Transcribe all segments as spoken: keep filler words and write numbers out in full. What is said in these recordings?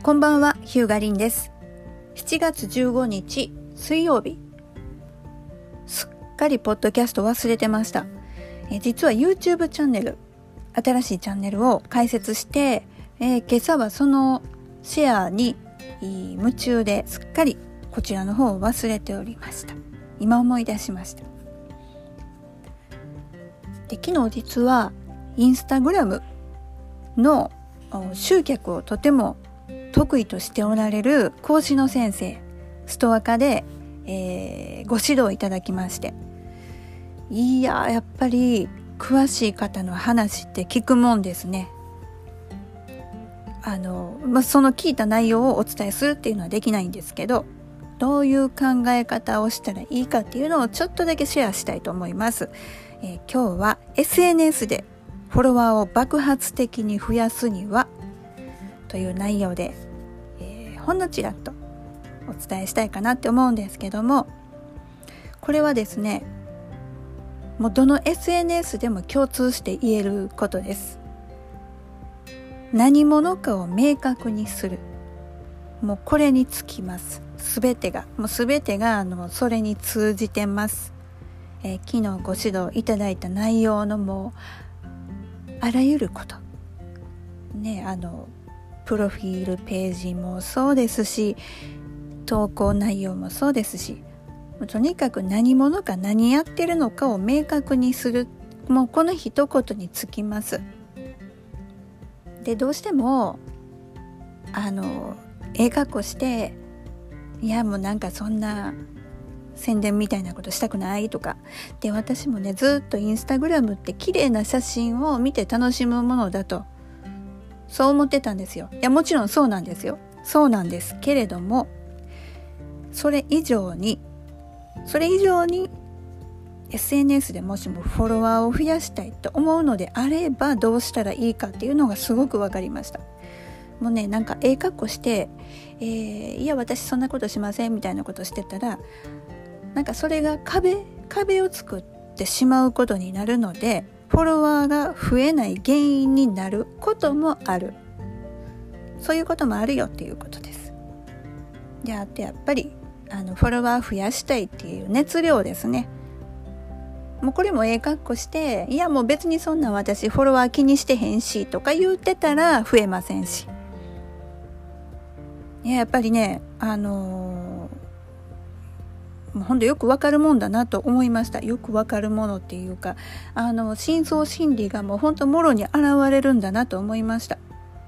こんばんは、ヒューガリンです。しちがつじゅうごにち水曜日、すっかりポッドキャスト忘れてました。え実は YouTube チャンネル、新しいチャンネルを開設して、えー、今朝はそのシェアに夢中ですっかりこちらの方を忘れておりました。今思い出しました。で昨日実はインスタグラムの集客をとても得意としておられる講師の先生、ストアカで、えー、ご指導いただきまして、いややっぱり詳しい方の話って聞くもんですね。あの、まあ、その聞いた内容をお伝えするっていうのはできないんですけど、どういう考え方をしたらいいかっていうのをちょっとだけシェアしたいと思います。えー、今日は エスエヌエス でフォロワーを爆発的に増やすにはという内容で、えー、ほんのちらっとお伝えしたいかなって思うんですけども、これはですね、もうどの エスエヌエス でも共通して言えることです。何者かを明確にする、もうこれにつきます。すべてがもうすべてがあのそれに通じてます。えー、昨日ご指導いただいた内容のもうあらゆることね、あのプロフィールページもそうですし、投稿内容もそうですし、とにかく何者か何やってるのかを明確にする、もうこの一言につきます。でどうしてもあのええ格好して、いやもうなんかそんな宣伝みたいなことしたくないとかで、私もねずっとインスタグラムって綺麗な写真を見て楽しむものだとそう思ってたんですよ。いやもちろんそうなんですよ。そうなんですけれども、それ以上にそれ以上に エスエヌエス でもしもフォロワーを増やしたいと思うのであれば、どうしたらいいかっていうのがすごく分かりました。もうね、なんかええ格好して、えー、いや私そんなことしませんみたいなことしてたら、なんかそれが壁壁を作ってしまうことになるので、フォロワーが増えない原因になることもある。そういうこともあるよっていうことです。であってやっぱりあのフォロワー増やしたいっていう熱量ですね。もうこれもええ格好して、いやもう別にそんな私フォロワー気にしてへんしとか言ってたら増えませんし、いややっぱりね、あのー、もうほんとよくわかるもんだなと思いました。よくわかるものっていうか、あの深層心理がもうほんともろに現れるんだなと思いました。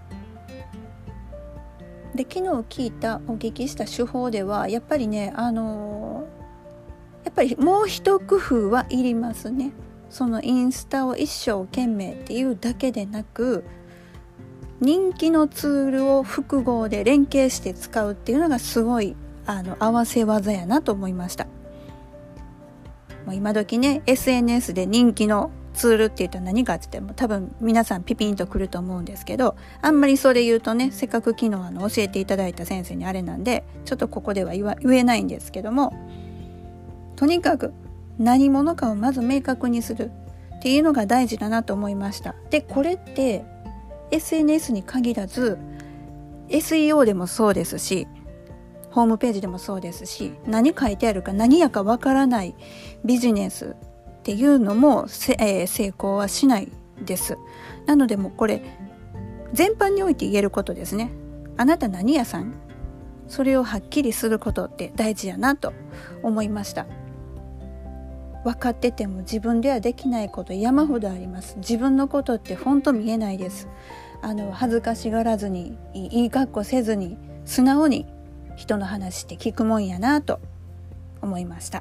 で昨日聞いたお聞きした手法ではやっぱりね、あのー、やっぱりもう一工夫はいりますね。そのインスタを一生懸命っていうだけでなく、人気のツールを複合で連携して使うっていうのがすごいあの合わせ技やなと思いました。もう今時ね エスエヌエス で人気のツールって言ったら何かって言っても多分皆さんピピンとくると思うんですけど、あんまりそれ言うとね、せっかく昨日あの教えていただいた先生にあれなんでちょっとここでは言わ言えないんですけども、とにかく何者かをまず明確にするっていうのが大事だなと思いました。でこれって エスエヌエス に限らず エスイーオー でもそうですし、ホームページでもそうですし、何書いてあるか何やかわからないビジネスっていうのも、えー、成功はしないです。なのでもうこれ全般において言えることですね。あなた何屋さん、それをはっきりすることって大事やなと思いました。分かってても自分ではできないこと山ほどあります。自分のことって本当見えないです。あの恥ずかしがらずに、いい格好せずに素直に人の話って聞くもんやなと思いました。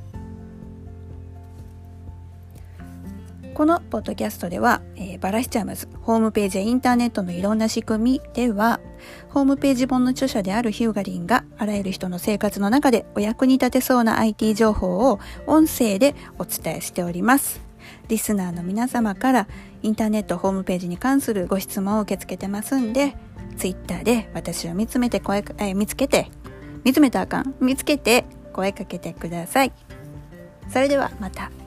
このポッドキャストでは、えー、バラしちゃいますホームページやインターネットのいろんな仕組みでは、ホームページ本の著者であるヒューガリンがあらゆる人の生活の中でお役に立てそうな アイティー 情報を音声でお伝えしております。リスナーの皆様からインターネットホームページに関するご質問を受け付けてますんで、ツイッターで私を見つめて声、えー、見つけて見つめたらあかん見つけて声かけてください。それではまた。